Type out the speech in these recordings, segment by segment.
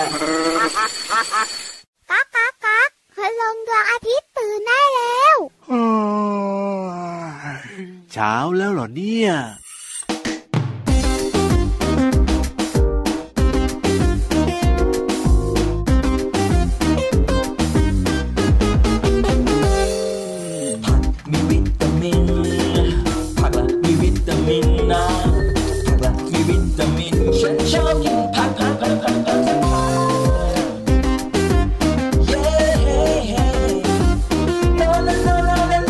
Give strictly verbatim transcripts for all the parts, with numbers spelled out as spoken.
ก๊ากก๊ากก๊ากพลังดวงอาทิตย์ตื่นได้แล้วเช้าแล้วเหรอเนี่ยมีวิตามินผักละมีวิตามินนะผักละมีวิตามินฉันชอบกินผักผักผักผักผักผักเย้โนโนโนโนโน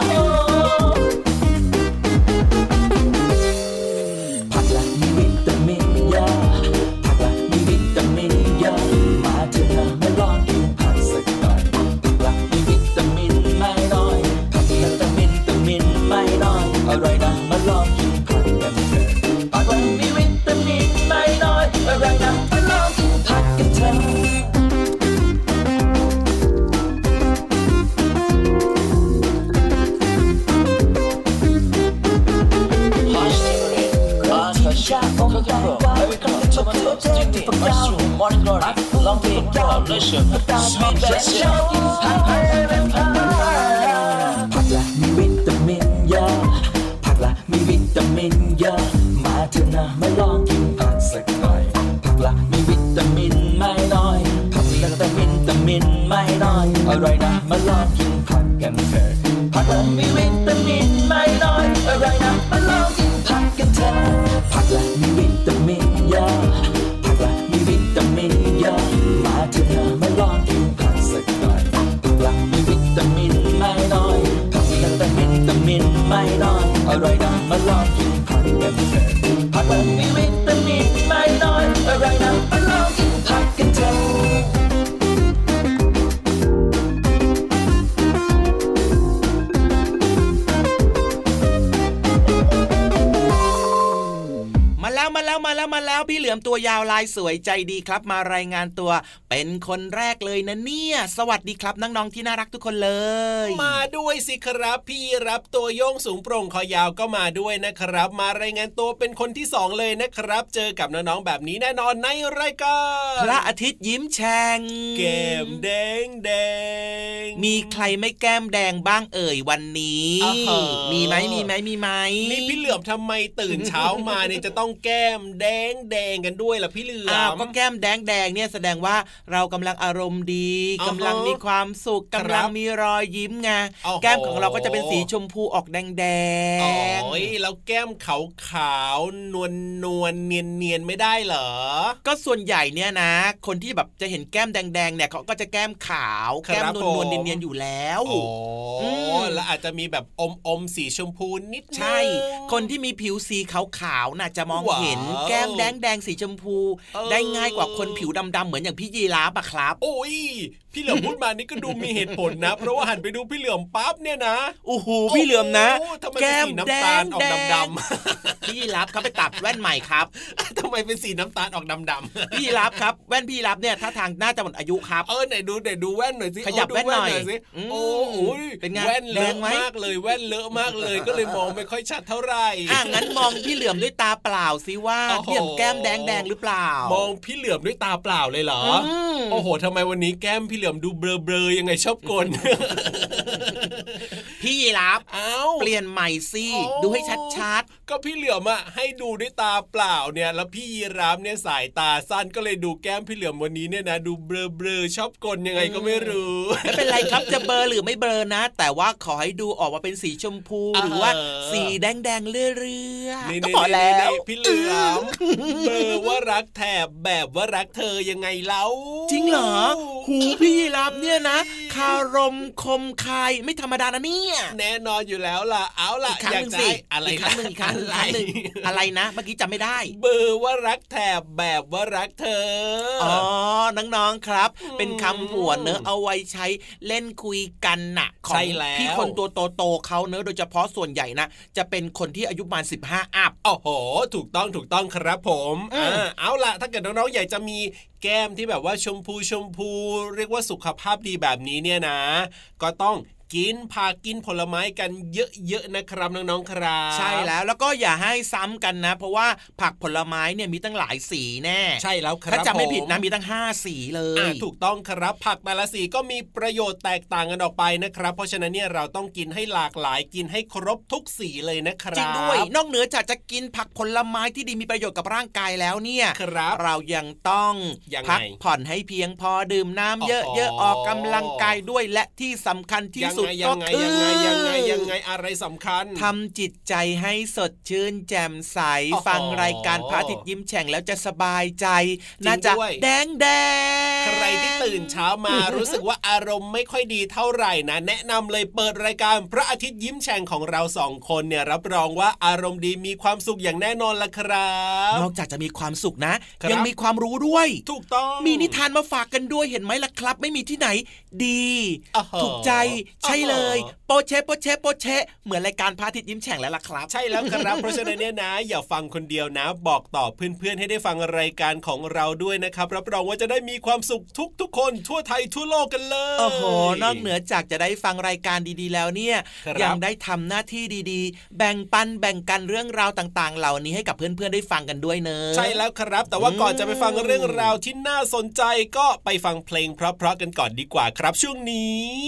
ผักละมีวิตามินเยอะผักละมีวิตามินเยอะมาเถอะนะมาลองกินผักสักหน่อยผักละมีวิตามินไม่น้อยไม่น้อยอร่อยนะมาลองกินผักกันเถอะผักมันมีวิตามินไม่น้อยอร่อยนะมาลองกินผักกันเถอะลองกินผักเลยเชียวชอบกินผักผักผักละมีวิตามินเยอะผักละมีวิตามินเยอะมาเถอะนะมาลองกินผักสักหน่อยผักละมีวิตามินไม่น้อยผักละแต่วิตามินไม่น้อยอร่อยนะมาลองกินผักกันเถอะผักละมีวิตามินไม่น้อยอร่อยนะมาลองกินผักกันเถอะผักละมีวิตามินเยอะผักละมีวิตามินเยอะมาเถอะนะมาลองกินผักสักหน่อยผักละมีวิตามินไม่น้อยผักละแต่วิตามินไม่น้อยอร่อยนะมาลองกินผักกันเถอะผักละมีวิตามินไม่น้อยอร่อยนะมาลองกินผักกันเถอะมาแล้วมาแล้วมาแล้วมาแล้วพี่เหลือมตัวยาวลายสวยใจดีครับมารายงานตัวเป็นคนแรกเลยนะเนี่ยสวัสดีครับน้องๆที่น่ารักทุกคนเลยมาด้วยสิครับพี่รับตัวโยงสูงโปร่งคอยาวก็มาด้วยนะครับมารายงานตัวเป็นคนที่สองเลยนะครับเจอกับน้องๆแบบนี้แน่นอนในรายการพระอาทิตย์ยิ้มแฉ่งแก้มแดงแดงมีใครไม่แก้มแดงบ้างเอ่ยวันนี้มีไหมมีไหมมีไหมนี่พี่เหลือมทำไมตื่นเช้ามาเนี่ยจะต้องแก้มแดงแดงกันด้วยล่ะพี่เหลือมอ้าวก็แก้มแดงแดงเนี่ยแสดงว่าเรากำลังอารมณ์ดีกำลังมีความสุขกำลังมีรอยยิ้มไงแก้มของเราก็จะเป็นสีชมพูออกแดงแดงโอ้ยแล้วแก้มขาวขาวนวลนวลเนียนเนียนไม่ได้เหรอก็ส่วนใหญ่เนี่ยนะคนที่แบบจะเห็นแก้มแดงแดงเนี่ยเขาก็จะแก้มขาวแก้มนวลนวลเนียนเนียนอยู่แล้วโอ้แล้วอาจจะมีแบบอมอมสีชมพูนิดนึงใช่คนที่มีผิวสีขาวขาวน่ะจะมองเห็นแก้มแดงแดงสีชมพูได้ง่ายกว่าคนผิวดำๆเหมือนอย่างพี่ยีราฟอะครับโอ้ยพี่เหลือมพูดมานี่ก็ดูมีเหตุผลนะเพราะว่าหันไปดูพี่เหลือมปั๊บเนี่ยนะโอ้โหพี่เหลือมนะแก้มแดงออกดำๆพี่ยีราฟเขาไปตัดแว่นใหม่ครับทำไมเป็นสีน้ำตาลออกดำๆพี่ยีราฟครับแว่นพี่ยีราฟเนี่ยถ้าทางน่าจะหมดอายุครับเออไหนดูไหนดูแว่นหน่อยสิขยับแว่นหน่อยสิโอ้โหเป็นไงแว่นเลอะมากเลยแว่นเลอะมากเลยก็เลยมองไม่ค่อยชัดเท่าไหร่อ่ะงั้นมองพี่เหลือมด้วยตาเปล่าสิว่าพี่เหลือมแก้มแดงแดงหรือเปล่ามองพี่เหลือมด้วยตาเปล่าเลยเหรอโอ้โหทำไมวันนี้แก้มพี่เหลือมดูเบลอๆยังไงชอบกลพี่ยีราฟเปลี่ยนใหม่สิดูให้ชัดๆก็พี่เหลือมอ่ะให้ดูด้วยตาเปล่าเนี่ยแล้วพี่ยีราฟเนี่ยสายตาสั้นก็เลยดูแก้มพี่เหลือมวันนี้เนี่ยนะดูเบลอๆชอบกลยังไงก็ไม่รู้ไม่เป็นไรครับจะเบลอหรือไม่เบลอนะแต่ว่าขอให้ดูออกมาเป็นสีชมพูหรือว่าสีแดงๆเรื่อยๆก็พอแล้วพี่เหลือมเบลอว่ารักแถบแบบว่ารักเธอยังไงเล่าจริงเหรอหูพี่ยีราฟเนี่ยนะคารมคมคายไม่ธรรมดานะเนี่ยแน่นอนอยู่แล้วล่ะเอาล่ะอยากได้อะไรอีกครั้งนึงอีกครั้งนึงอะไรนะเมื่อกี้จำไม่ได้เบอร์ว่ารักแถบแบบว่ารักเธออ๋อน้องๆครับเป็นคำผวนเนอะเอาไว้ใช้เล่นคุยกันน่ะของพี่คนตัวโตๆเขาเนอะโดยเฉพาะส่วนใหญ่นะจะเป็นคนที่อายุประมาณสิบห้าอัพโอ้โหถูกต้องถูกต้องครับผมอ่าเอาล่ะถ้าเกิดน้องๆอยากจะมีแก้มที่แบบว่าชมพูชมพูเรียกว่าสุขภาพดีแบบนี้เนี่ยนะก็ต้องกินผักกินผลไม้กันเยอะๆนะครับน้องๆครับใช่แล้วแล้วก็อย่าให้ซ้ำกันนะเพราะว่าผักผลไม้เนี่ยมีตั้งหลายสีแน่ใช่แล้วครับถ้าจำไม่ผิดนะมีตั้งห้าสีเลยถูกต้องครับผักแต่ละสีก็มีประโยชน์แตกต่างกันออกไปนะครับเพราะฉะนั้นเนี่ยเราต้องกินให้หลากหลายกินให้ครบทุกสีเลยนะครับจริงด้วยนอกเหนือจากจะกินผักผลไม้ที่ดีมีประโยชน์กับร่างกายแล้วเนี่ยเรายังต้องพักผ่อนให้เพียงพอดื่มน้ำเยอะๆออกกำลังกายด้วยและที่สำคัญที่สุดก็คือยังไงยังไงยังไงอะไรสำคัญทำจิตใจให้สดชื่นแจ่มใสฟังรายการพระอาทิตย์ยิ้มแฉ่งแล้วจะสบายใจน่าจะแดงแดงใครที่ตื่นเช้ามา รู้สึกว่าอารมณ์ไม่ค่อยดีเท่าไหร่นะแนะนำเลยเปิดรายการพระอาทิตย์ยิ้มแฉ่งของเราสองคนเนี่ยรับรองว่าอารมณ์ดีมีความสุขอย่างแน่นอนละครับนอกจากจะมีความสุขนะยังมีความรู้ด้วยถูกต้องมีนิทานมาฝากกันด้วยเห็นไหมล่ะครับไม่มีที่ไหนดีถูกใจใช่เลยโปเชโปเชโปเชเหมือนรายการพระอาทิตย์ยิ้มแฉ่งแล้วล่ะครับใช่แล้วครับเพราะฉะนั้นเนี่ยนะอย่าฟังคนเดียวนะบอกต่อเพื่อนๆให้ได้ฟังรายการของเราด้วยนะครับรับรองว่าจะได้มีความสุขทุกๆคนทั่วไทยทั่วโลกกันเลยโอ้โหนอกเหนือจากจะได้ฟังรายการดีๆแล้วเนี่ยยังได้ทำหน้าที่ดีๆแบ่งปันแบ่งกันเรื่องราวต่างๆเหล่านี้ให้กับเพื่อนๆได้ฟังกันด้วยเนอะใช่แล้วครับแต่ว่าก่อนจะไปฟังเรื่องราวที่น่าสนใจก็ไปฟังเพลงเพราะๆกันก่อนดีกว่าครับช่วงนี้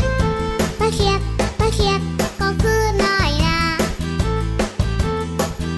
ป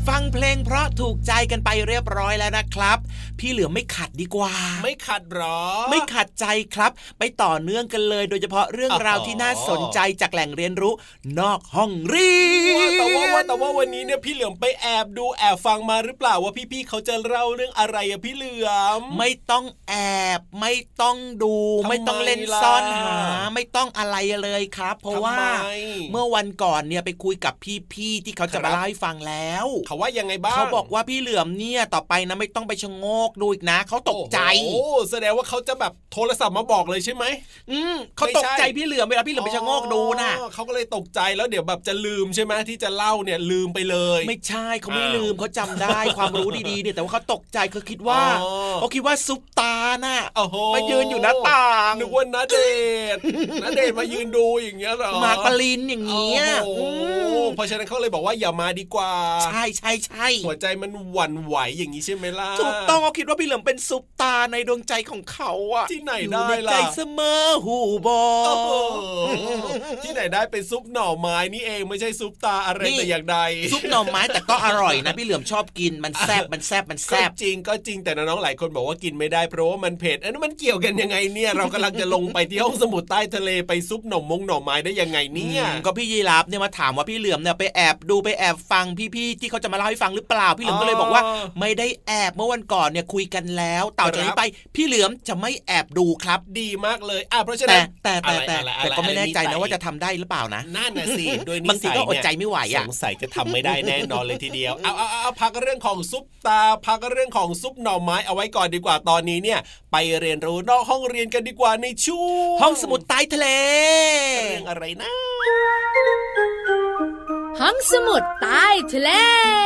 ฟังเพลงเพราะถูกใจกันไปเรียบร้อยแล้วนะครับพี่เหลือไม่ขัดดีกว่าไม่ขัดหรอไม่ขัดใจครับไปต่อเนื่องกันเลยโดยเฉพาะเรื่องราวที่น่าสนใจจากแหล่งเรียนรู้นอกห้องเรียนแต่ว่าแต่ว่าวันนี้เนี่ยพี่เหลือมไปแอบดูแอบฟังมาหรือเปล่าว่าพี่ๆเขาจะเล่าเรื่องอะไรอะพี่เหลือมไม่ต้องแอบไม่ต้องดูไม่ต้องเล่นซ่อนหาไม่ต้องอะไรเลยครับเพราะว่าเมื่อวันก่อนเนี่ยไปคุยกับพี่ๆที่เขาจะมาเล่าให้ฟังแล้วเขาว่ายังไงบ้างเขาบอกว่าพี่เหลือมเนี่ยต่อไปนะไม่ต้องไปชะโงกดูอีกนะเขาตกใจโอ้แสดงว่าเขาจะแบบโทรศัพท์มาบอกเลยใช่ไหมอืมเขาตกใจพี่เหลือมเวลาพี่เหลือมไปชะโงกดูน่ะเขาก็เลยตกใจแล้วเดี๋ยวแบบจะลืมใช่ไหมที่จะเล่าเนี่ยลืมไปเลยไม่ใช่เขาไม่ลืมเขาจำได้ความรู้ดีๆเนี่ยแต่ว่าเขาตกใจเขาคิดว่าเขาคิดว่าซุปตาน่ะมายืนอยู่หน้าต่างนึกว่าณเดชน์ณเดชน์มายืนดูอย่างเงี้ยเหรอมาปรินอย่างเงี้ยเพราะฉะนั้นเขาเลยบอกว่าอย่ามาดีกว่าใช่ใช่ใช่หัวใจมันหวั่นไหวอย่างนี้ใช่ไหมล่ะถูกต้องเขาคิดว่าพี่เหลือมเป็นซุปตาในดวงใจของเขาอะที่ไหนได้ล่ะใจเสมอหูบอที่ไหนได้เป็นซุปหน่อไม้นี่เองไม่ใช่ซุปตาอะไรแต่อย่างใดซุปหน่อไม้แต่ก็อร่อยนะพี่เหลือมชอบกินมันแซ่บมันแซ่บมันแซ่บจริงก็จริงแต่น้องๆหลายคนบอกว่ากินไม่ได้เพราะว่ามันเผ็ดอันนั้นมันเกี่ยวกันยังไงเนี่ยเรากำลังจะลงไปที่ห้องสมุดใต้ทะเลไปซุปหน่อมงหน่อไม้ได้ยังไงเนี่ยก็พี่ยีราฟเนี่ยมาถามว่าพี่เหลือมเนี่ยไปแอบดูไปแอบฟังพี่ๆที่เขาจะมาเล่าให้ฟังหรือเปล่าพี่เหลือมก็เลยบอกว่าไม่ได้แอบเมื่อวันก่อนเนี่ยคุยกันแล้วต่อจากนี้ไปพี่เหลือมจะไม่แอบดูครับดีมากเลยอ่ะเพราะฉะนั้นแต่แต่แต่แต่ก็ไม่แน่ใจนะว่าจะทำได้หรือเปล่านะนั่นน่ะสิโดยนิสัยเนี่ยบางทีก็อดใจไม่ไหวอ่ะสงสัยจะทำไม่ได้แน่นอนเลยทีเดียวเอาเอาเอาพักเรื่องของซุปตาพักเรื่องของซุปหน่อไม้เอาไว้ก่อนดีกว่าตอนนี้เนี่ยไปเรียนรู้นอกห้องเรียนกันดีกว่าในช่วงห้องสมุดใต้ทะเลเรื่องอะไรนะห้องสมุดใต้ทะเล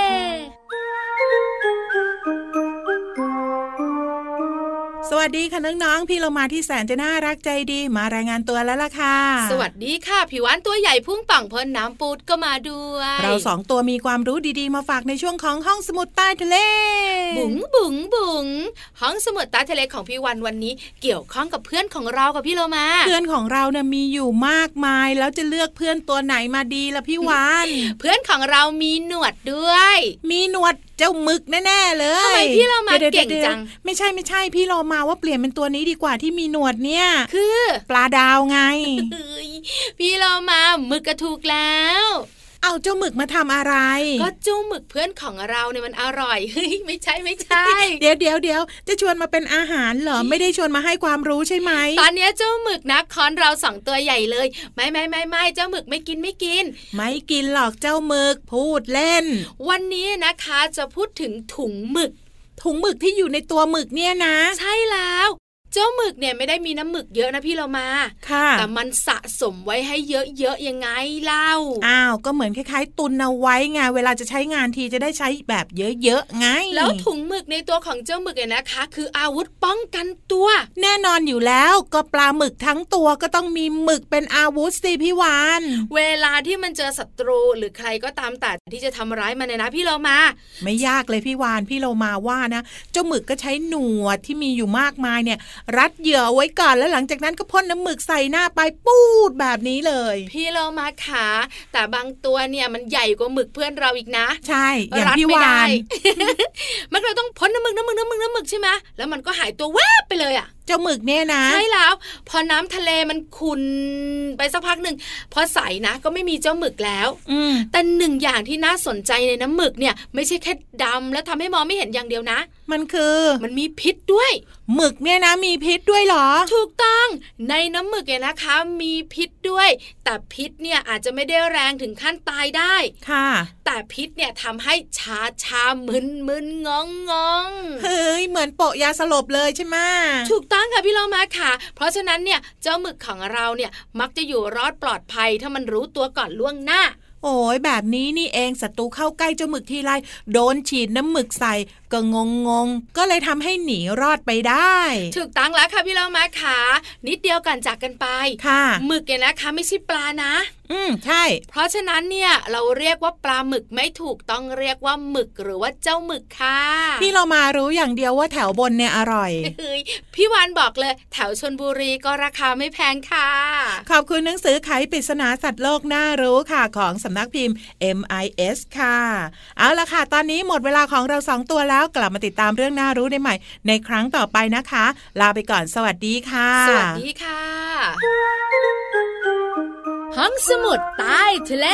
สวัสดีค่ะน้องๆพี่เรามาที่แสนจะน่ารักใจดีมารายงานตัวแล้วล่ะค่ะสวัสดีค่ะผิววันตัวใหญ่พุ่งป่องพ้นน้ำปูดก็มาด้วยเราสองตัวมีความรู้ดีๆมาฝากในช่วงของห้องสมุดใต้ทะเลบุ๋งบุ๋งบุ๋งห้องสมุดใต้ทะเลของพี่วันวันนี้เกี่ยวข้องกับเพื่อนของเรากับพี่เรามาเพื่อนของเราเนี่ยมีอยู่มากมายแล้วจะเลือกเพื่อนตัวไหนมาดีล่ะพี่วันเพื่อนของเรามีหนวดด้วยมีหนวดเจ้าหมึกแน่ๆเลยทำไมพี่เรามาเก่งจังไม่ใช่ไม่ใช่พี่เรามาว่าเปลี่ยนเป็นตัวนี้ดีกว่าที่มีหนวดเนี่ยคือปลาดาวไงพี่เรามาหมึกกระถูกแล้วเอาเจ้าหมึกมาทำอะไรก็เจ้าหมึกเพื่อนของเราเนี่ยมันอร่อยเฮ้ยไม่ใช่ไม่ใช่เดี๋ยวเดี๋ยวเดี๋ยวจะชวนมาเป็นอาหารเหรอไม่ได้ชวนมาให้ความรู้ใช่ไหมตอนนี้เจ้าหมึกนะคอนเราสองตัวใหญ่เลยไม่ไม่ไม่ไม่เจ้าหมึกไม่กินไม่กินไม่กินหรอกเจ้าหมึกพูดเล่นวันนี้นะคะจะพูดถึงถุงหมึกถุงหมึกที่อยู่ในตัวหมึกเนี่ยนะใช่แล้วเจ้าหมึกเนี่ยไม่ได้มีน้ำหมึกเยอะนะพี่เรามาค่ะแต่มันสะสมไว้ให้เยอะๆยังไงเล่าอ้าวก็เหมือนคล้ายๆตุนเอาไว้ไงเวลาจะใช้งานทีจะได้ใช้แบบเยอะๆไงแล้วถุงหมึกในตัวของเจ้าหมึกเนี่ยนะคะคืออาวุธป้องกันตัวแน่นอนอยู่แล้วก็ปลาหมึกทั้งตัวก็ต้องมีหมึกเป็นอาวุธสิพี่วานเวลาที่มันเจอศัตรูหรือใครก็ตามแต่ที่จะทำร้ายมันเนี่ยนะพี่เรามาไม่ยากเลยพี่วานพี่เรามาว่านะเจ้าหมึกก็ใช้หนวดที่มีอยู่มากมายเนี่ยรัดเหยื่อไว้ก่อนแล้วหลังจากนั้นก็พ่นน้ำหมึกใส่หน้าไปปูดแบบนี้เลยพี่เรามาขาแต่บางตัวเนี่ยมันใหญ่กว่าหมึกเพื่อนเราอีกนะใช่อย่างพี่วานมันเราต้องพ่นน้ำหมึกน้ำหมึกน้ำหมึกน้ำหมึกใช่ไหมแล้วมันก็หายตัวแวบไปเลยอ่ะเจ้าหมึกเนี่ยนะใช่แล้วพอน้ำทะเลมันขุ่นไปสักพักหนึ่งพอใสนะก็ไม่มีเจ้าหมึกแล้วแต่หนึ่งอย่างที่น่าสนใจในน้ำหมึกเนี่ยไม่ใช่แค่ดำแล้วทำให้มองไม่เห็นอย่างเดียวนะมันคือมันมีพิษด้วยหมึกเนี่ยนะมีพิษด้วยเหรอถูกต้องในน้ำหมึกเนี่ยนะคะมีพิษด้วยแต่พิษเนี่ยอาจจะไม่ได้แรงถึงขั้นตายได้ค่ะแต่พิษเนี่ยทำให้ชาชามึนมึนงองงองเฮ้ยเหมือนโปะยาสลบเลยใช่ไหมถูกต้องค่ะพี่เรามาค่ะเพราะฉะนั้นเนี่ยเจ้าหมึกของเราเนี่ยมักจะอยู่รอดปลอดภัยถ้ามันรู้ตัวก่อนล่วงหน้าโอ้ยแบบนี้นี่เองศัตรูเข้าใกล้เจ้าหมึกทีไรโดนฉีดน้ำหมึกใส่ก็งงงก็เลยทำให้หนีรอดไปได้ถูกต้องแล้วค่ะพี่เรามาค่ะนิดเดียวกันจากกันไปค่ะหมึกเนี่ยนะคะไม่ใช่ปลานะอืมใช่เพราะฉะนั้นเนี่ยเราเรียกว่าปลาหมึกไม่ถูกต้องเรียกว่าหมึกหรือว่าเจ้าหมึกค่ะพี่เรามารู้อย่างเดียวว่าแถวบนเนี่ยอร่อยพี่วานบอกเลยแถวชลบุรีก็ราคาไม่แพงค่ะขอบคุณหนังสือไขปริศนาสัตว์โลกน่ารู้ค่ะของสำนักพิมพ์ เอ็ม ไอ เอส ค่ะเอาล่ะค่ะตอนนี้หมดเวลาของเราสองตัวแล้วกลับมาติดตามเรื่องน่ารู้ได้ใหม่ในครั้งต่อไปนะคะลาไปก่อนสวัสดีค่ะสวัสดีค่ะห้องสมุดใต้ทะเล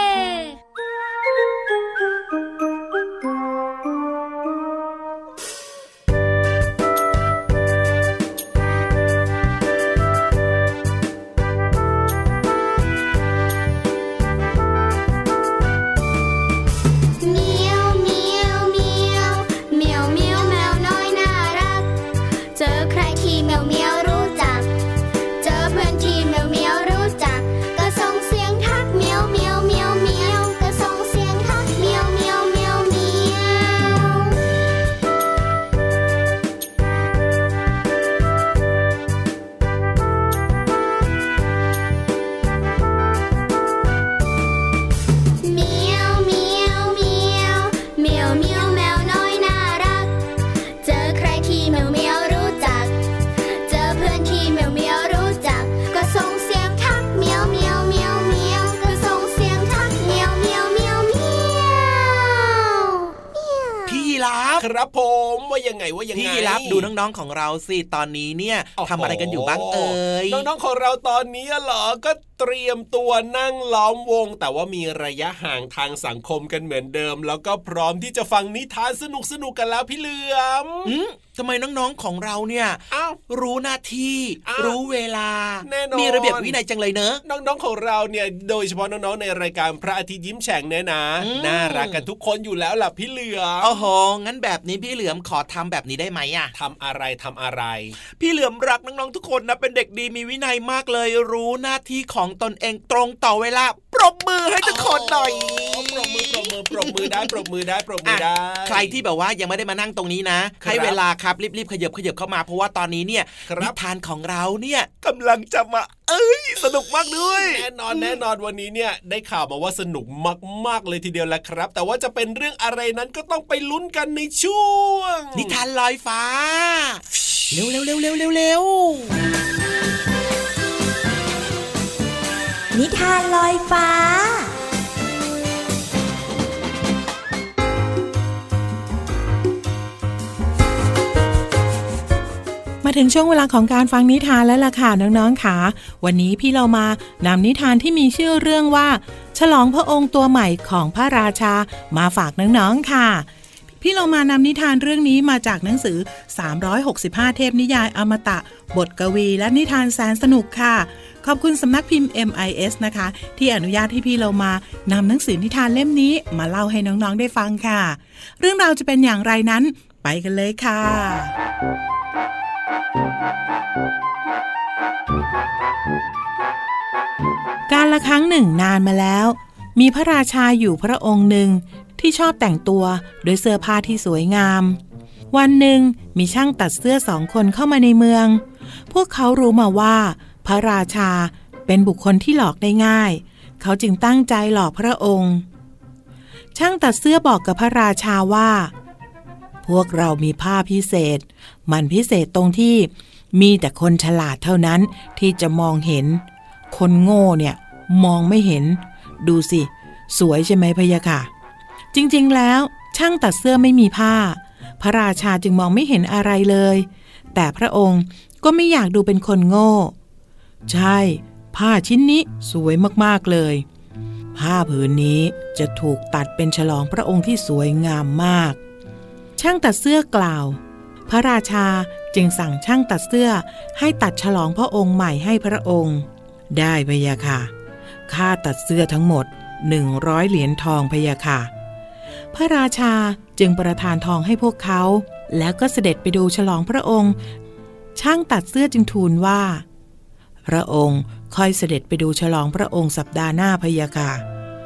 ครับผมว่ายังไงว่ายังไงพี่รับดูน้องๆของเราสิตอนนี้เนี่ยทำอะไรกันอยู่บ้างเอ่ยน้องๆของเราตอนนี้เหรอก็เตรียมตัวนั่งล้อมวงแต่ว่ามีระยะห่างทางสังคมกันเหมือนเดิมแล้วก็พร้อมที่จะฟังนิทานสนุกๆกันแล้วพี่เหลือมทำไมน้องๆของเราเนี่ยรู้หน้าที่รู้เวลาแน่นอนมีระเบียบวินัยจังเลยเนอะน้องๆของเราเนี่ยโดยเฉพาะน้องๆในรายการพระอาทิตย์ยิ้มแฉ่งเนี่ยนะน่ารักกันทุกคนอยู่แล้วล่ะพี่เหลือมโอ้โหงั้นแบบนี้พี่เหลือมขอทำแบบนี้ได้ไหมอะทำอะไรทำอะไรพี่เหลือมรักน้องๆทุกคนนะเป็นเด็กดีมีวินัยมากเลยรู้หน้าที่ของตนเองตรงต่อเวลาปรบมือให้ทุกคนหน่อยปรบมือปรบมือปรบมือได้ปรบมือได้ปรบมือได้ใครที่แบบว่ายังไม่ได้มานั่งตรงนี้นะให้เวลาครับรีบๆขยับขยับเข้ามาเพราะว่าตอนนี้เนี่ยนิทานของเราเนี่ยกำลังจะมาเอ้ยสนุกมากด้วยแน่นอนแน่นอนวันนี้เนี่ยได้ข่าวมาว่าสนุกมากๆเลยทีเดียวแหละครับแต่ว่าจะเป็นเรื่องอะไรนั้นก็ต้องไปลุ้นกันในช่วงนิทานลอยฟ้าเร็วเร็วเร็วเร็วเร็วเร็วนิทานลอยฟ้ามาถึงช่วงเวลาของการฟังนิทานแล้วล่ะค่ะน้องๆค่ะวันนี้พี่เรามานำนิทานที่มีชื่อเรื่องว่าฉลองพระองค์ตัวใหม่ของพระราชามาฝากน้องๆค่ะพี่เรามานำนิทานเรื่องนี้มาจากหนังสือสามร้อยหกสิบห้าเทพนิยายอมตะบทกวีและนิทานแสนสนุกค่ะขอบคุณสำนักพิมพ์ เอ็ม ไอ เอส นะคะที่อนุญาตให้พี่เรามานำหนังสือนิทานเล่มนี้มาเล่าให้น้องๆได้ฟังค่ะเรื่องราวจะเป็นอย่างไรนั้นไปกันเลยค่ะกาลครั้งหนึ่งนานมาแล้วมีพระราชาอยู่พระองค์หนึ่งที่ชอบแต่งตัวด้วยเสื้อผ้าที่สวยงามวันหนึ่งมีช่างตัดเสื้อสองคนเข้ามาในเมืองพวกเขารู้มาว่าพระราชาเป็นบุคคลที่หลอกได้ง่ายเขาจึงตั้งใจหลอกพระองค์ช่างตัดเสื้อบอกกับพระราชาว่าพวกเรามีผ้าพิเศษมันพิเศษตรงที่มีแต่คนฉลาดเท่านั้นที่จะมองเห็นคนโง่เนี่ยมองไม่เห็นดูสิสวยใช่ไหมพะยะค่ะจริงๆแล้วช่างตัดเสื้อไม่มีผ้าพระราชาจึงมองไม่เห็นอะไรเลยแต่พระองค์ก็ไม่อยากดูเป็นคนโง่ใช่ผ้าชิ้นนี้สวยมากๆเลยผ้าผืนนี้จะถูกตัดเป็นฉลองพระองค์ที่สวยงามมากช่างตัดเสื้อกล่าวพระราชาจึงสั่งช่างตัดเสื้อให้ตัดฉลองพระองค์ใหม่ให้พระองค์ได้พะยะค่ะค่าตัดเสื้อทั้งหมดหนึ่งร้อยเหรียญทองพะยะค่ะพระราชาจึงประทานทองให้พวกเขาแล้วก็เสด็จไปดูฉลองพระองค์ช่างตัดเสื้อจึงทูลว่าพระองค์ค่อยเสด็จไปดูฉลองพระองค์สัปดาห์หน้าพะยะค่ะ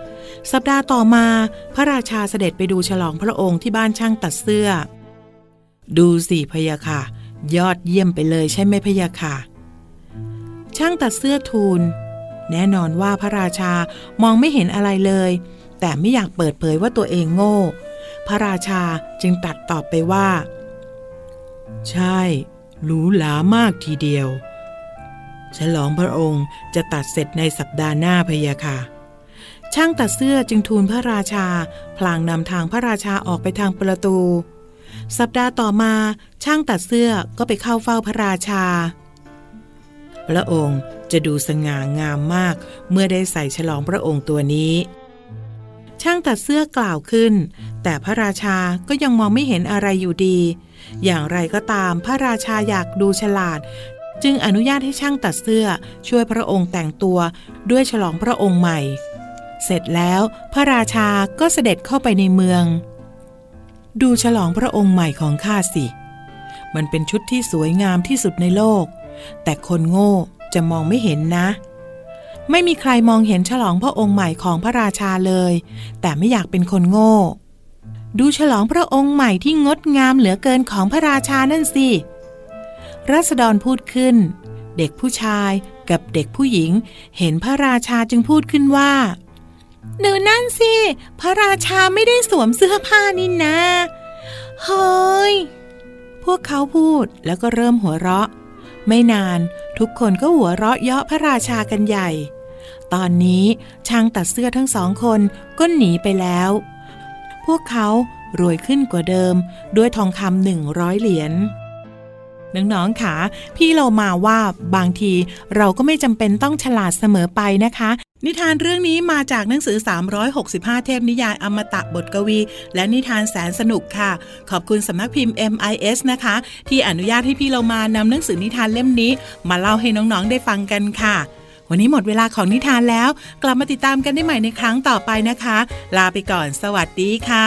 สัปดาห์ต่อมาพระราชาเสด็จไปดูฉลองพระองค์ที่บ้านช่างตัดเสื้อดูสิพะยะค่ะยอดเยี่ยมไปเลยใช่ไหมพะยะค่ะช่างตัดเสื้อทูลแน่นอนว่าพระราชามองไม่เห็นอะไรเลยแต่ไม่อยากเปิดเผยว่าตัวเองโง่พระราชาจึงตรัสตอบไปว่าใช่หรูหรามากทีเดียวฉลองพระองค์จะตัดเสร็จในสัปดาห์หน้าพะยะค่ะช่างตัดเสื้อจึงทูลพระราชาพลางนำทางพระราชาออกไปทางประตูสัปดาห์ต่อมาช่างตัดเสื้อก็ไปเข้าเฝ้าพระราชาพระองค์จะดูสง่างามมากเมื่อได้ใส่ฉลองพระองค์ตัวนี้ช่างตัดเสื้อกล่าวขึ้นแต่พระราชาก็ยังมองไม่เห็นอะไรอยู่ดีอย่างไรก็ตามพระราชาอยากดูฉลาดจึงอนุญาตให้ช่างตัดเสื้อช่วยพระองค์แต่งตัวด้วยฉลองพระองค์ใหม่เสร็จแล้วพระราชาก็เสด็จเข้าไปในเมืองดูฉลองพระองค์ใหม่ของข้าสิมันเป็นชุดที่สวยงามที่สุดในโลกแต่คนโง่จะมองไม่เห็นนะไม่มีใครมองเห็นฉลองพระองค์ใหม่ของพระราชาเลยแต่ไม่อยากเป็นคนโง่ดูฉลองพระองค์ใหม่ที่งดงามเหลือเกินของพระราชานั่นสิราษฎรพูดขึ้นเด็กผู้ชายกับเด็กผู้หญิงเห็นพระราชาจึงพูดขึ้นว่าดูนั่นสิพระราชาไม่ได้สวมเสื้อผ้านี่นะเฮ้ยพวกเขาพูดแล้วก็เริ่มหัวเราะไม่นานทุกคนก็หัวเราะเยาะพระราชากันใหญ่ตอนนี้ช่างตัดเสื้อทั้งสองคนก็หนีไปแล้วพวกเขารวยขึ้นกว่าเดิมด้วยทองคำหนึ่งร้อยเหรียญน้องๆค่ะพี่เรามาว่าบางทีเราก็ไม่จำเป็นต้องฉลาดเสมอไปนะคะนิทานเรื่องนี้มาจากหนังสือสามร้อยหกสิบห้าเทพนิยายอมตะบทกวีและนิทานแสนสนุกค่ะขอบคุณสำนักพิมพ์ เอ็ม ไอ เอส นะคะที่อนุญาตให้พี่เรามานำหนังสือนิทานเล่มนี้มาเล่าให้น้องๆได้ฟังกันค่ะวันนี้หมดเวลาของนิทานแล้วกลับมาติดตามกันได้ใหม่ในครั้งต่อไปนะคะลาไปก่อนสวัสดีค่ะ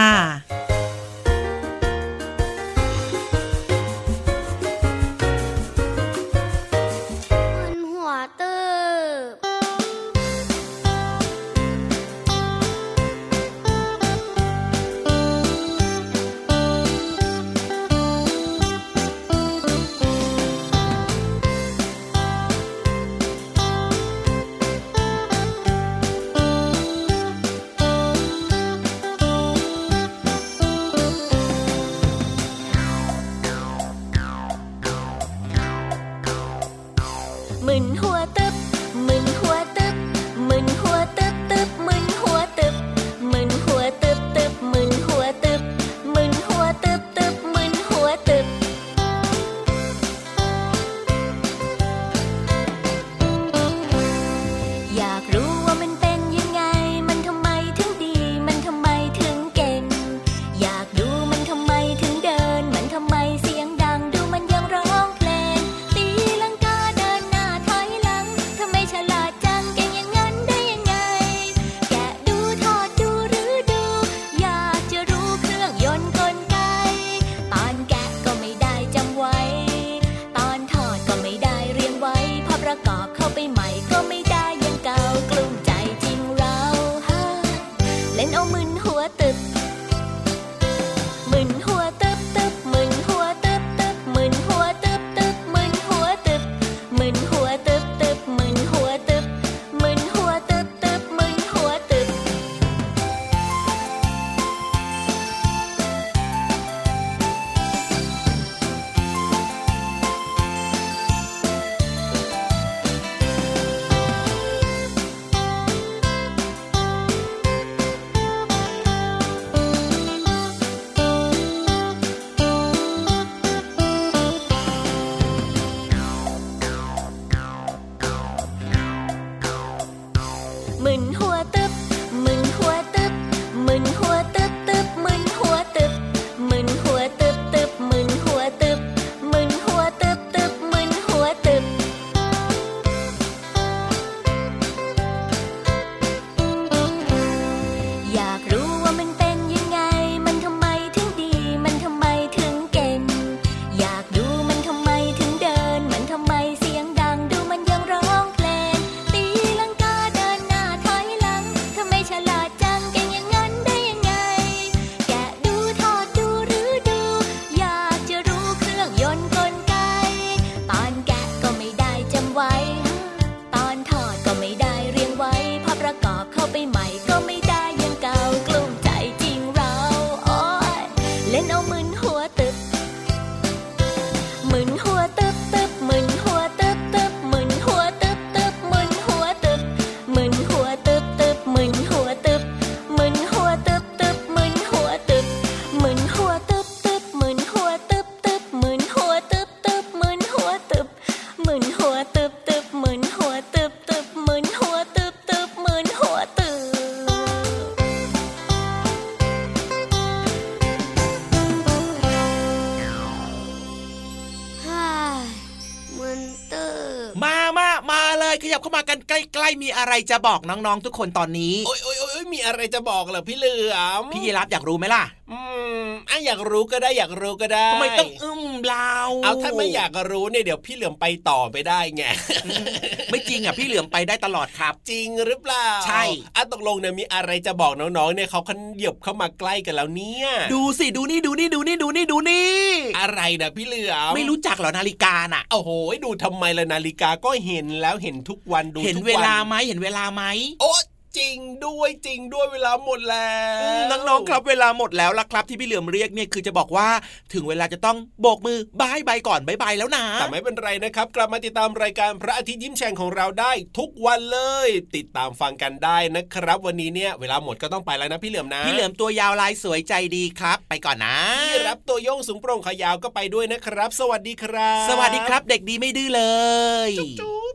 ขยับเข้ามากันใกล้ๆมีอะไรจะบอกน้องๆทุกคนตอนนี้โอ๊ยโอ๊ยโอ๊ยมีอะไรจะบอกเหรอพี่เหลือมพี่ยีรับอยากรู้ไหมล่ะอืมอ่ะอยากรู้ก็ได้อยากรู้ก็ได้ทำไมต้องอึ้มเราเอาถ้าไม่อยากรู้เนี่ยเดี๋ยวพี่เหลือมไปต่อไปได้ไงไม่จริงอ่ะพี่เหลือมไปได้ตลอดครับจริงหรือเปล่าใช่อ่ะตกลงเนี่ยมีอะไรจะบอกน้องๆเนี่ยเขาขยับเข้ามาใกล้กันแล้วเนี่ยดูสิดูนี่ดูนี่ดูนี่ดูนี่ดูนี่อะไรนะพี่เหลือมไม่รู้จักเหรอนาฬิกาน่ะโอ้โหดูทำไมล่ะนาฬิกาก็เห็นแล้วเห็นทุกวันดูทุกวันเห็นเวลาไหมเห็นเวลาไหมโอ๊ยจริงด้วยจริงด้วยเวลาหมดแล้วน้องๆครับเวลาหมดแล้วล่ะครับที่พี่เหลือมเรียกเนี่ยคือจะบอกว่าถึงเวลาจะต้องโบกมือบายบายก่อนบายบายแล้วนะแต่ไม่เป็นไรนะครับกลับมาติดตามรายการพระอาทิตย์ยิ้มแฉ่งของเราได้ทุกวันเลยติดตามฟังกันได้นะครับวันนี้เนี่ยเวลาหมดก็ต้องไปแล้วนะพี่เหลือมนะพี่เหลือมตัวยาวลายสวยใจดีครับไปก่อนนะพี่รับตัวโยงสูงโปร่งขายาวก็ไปด้วยนะครับสวัสดีครับสวัสดีครับเด็กดีไม่ดื้อเลยจุ๊บ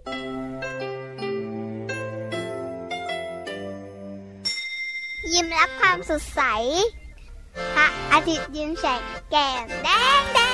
ยิ้มรับความสดใสพระอาทิตย์ยิ้มแฉกแก้มแดงแดง